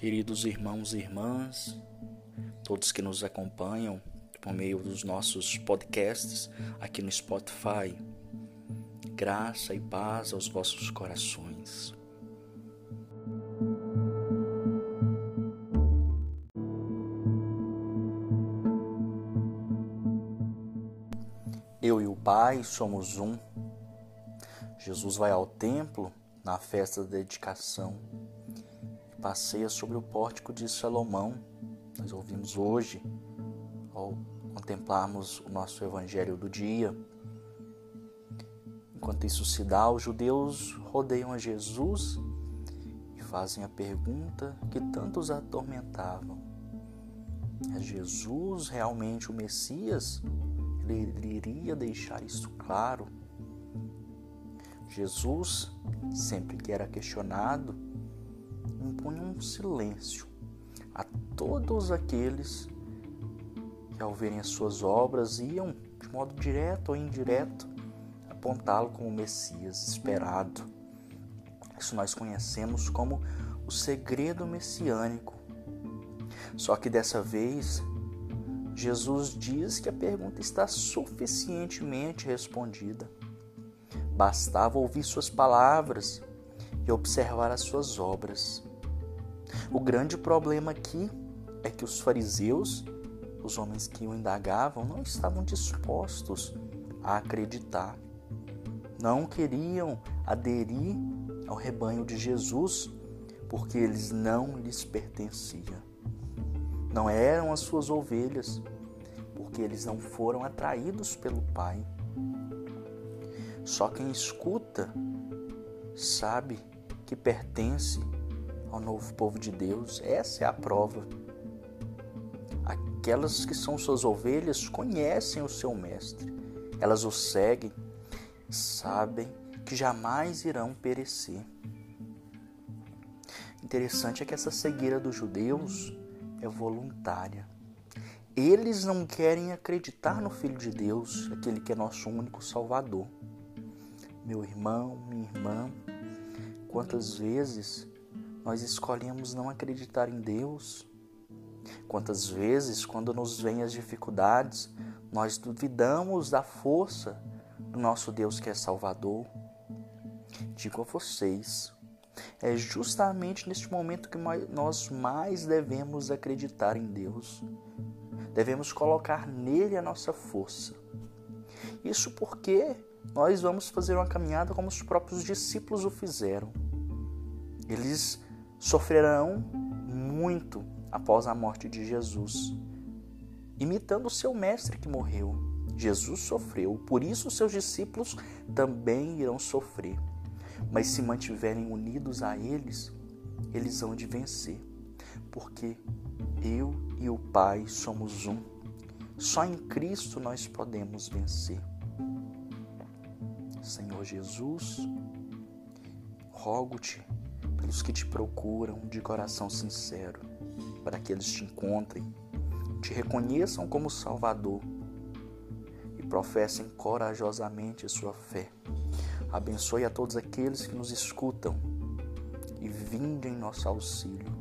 Queridos irmãos e irmãs, todos que nos acompanham por meio dos nossos podcasts aqui no Spotify, graça e paz aos vossos corações. Eu e o Pai somos um. Jesus vai ao templo na festa da dedicação e passeia sobre o pórtico de Salomão. Nós ouvimos hoje, ao contemplarmos o nosso evangelho do dia. Enquanto isso se dá, os judeus rodeiam a Jesus e fazem a pergunta que tantos atormentavam: é Jesus realmente o Messias? Ele iria deixar isso claro? Jesus, sempre que era questionado, impunha um silêncio a todos aqueles que, ao verem as suas obras, iam, de modo direto ou indireto, apontá-lo como o Messias esperado. Isso nós conhecemos como o segredo messiânico. Só que dessa vez, Jesus diz que a pergunta está suficientemente respondida. Bastava ouvir suas palavras e observar as suas obras. O grande problema aqui é que os fariseus, os homens que o indagavam, não estavam dispostos a acreditar. Não queriam aderir ao rebanho de Jesus porque eles não lhes pertenciam. Não eram as suas ovelhas, porque eles não foram atraídos pelo Pai. Só quem escuta sabe que pertence ao novo povo de Deus. Essa é a prova. Aquelas que são suas ovelhas conhecem o seu mestre. Elas o seguem, sabem que jamais irão perecer. Interessante é que essa cegueira dos judeus é voluntária. Eles não querem acreditar no Filho de Deus, aquele que é nosso único Salvador. Meu irmão, minha irmã, quantas vezes nós escolhemos não acreditar em Deus? Quantas vezes, quando nos vêm as dificuldades, nós duvidamos da força do nosso Deus que é Salvador? Digo a vocês, é justamente neste momento que nós mais devemos acreditar em Deus. Devemos colocar nele a nossa força. Isso porque nós vamos fazer uma caminhada como os próprios discípulos o fizeram. Eles sofrerão muito após a morte de Jesus, imitando o seu mestre que morreu. Jesus sofreu, por isso os seus discípulos também irão sofrer. Mas se mantiverem unidos a eles, eles hão de vencer. Porque eu e o Pai somos um. Só em Cristo nós podemos vencer. Senhor Jesus, rogo-te pelos que te procuram de coração sincero, para que eles te encontrem, te reconheçam como Salvador e professem corajosamente a sua fé. Abençoe a todos aqueles que nos escutam e vinde em nosso auxílio.